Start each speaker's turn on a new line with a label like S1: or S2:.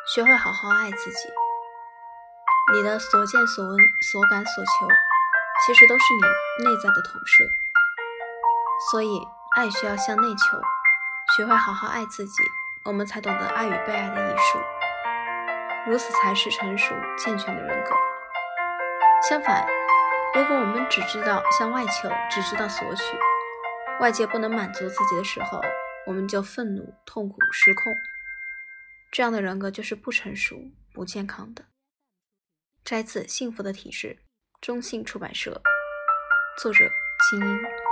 S1: 学会好好爱自己。你的所见所闻所感所求，其实都是你内在的投射。所以爱需要向内求，学会好好爱自己，我们才懂得爱与被爱的艺术，如此才是成熟健全的人格。相反，如果我们只知道向外求，只知道索取，外界不能满足自己的时候，我们就愤怒、痛苦、失控。这样的人格就是不成熟、不健康的。摘自《幸福的体质》，中信出版社，作者金英。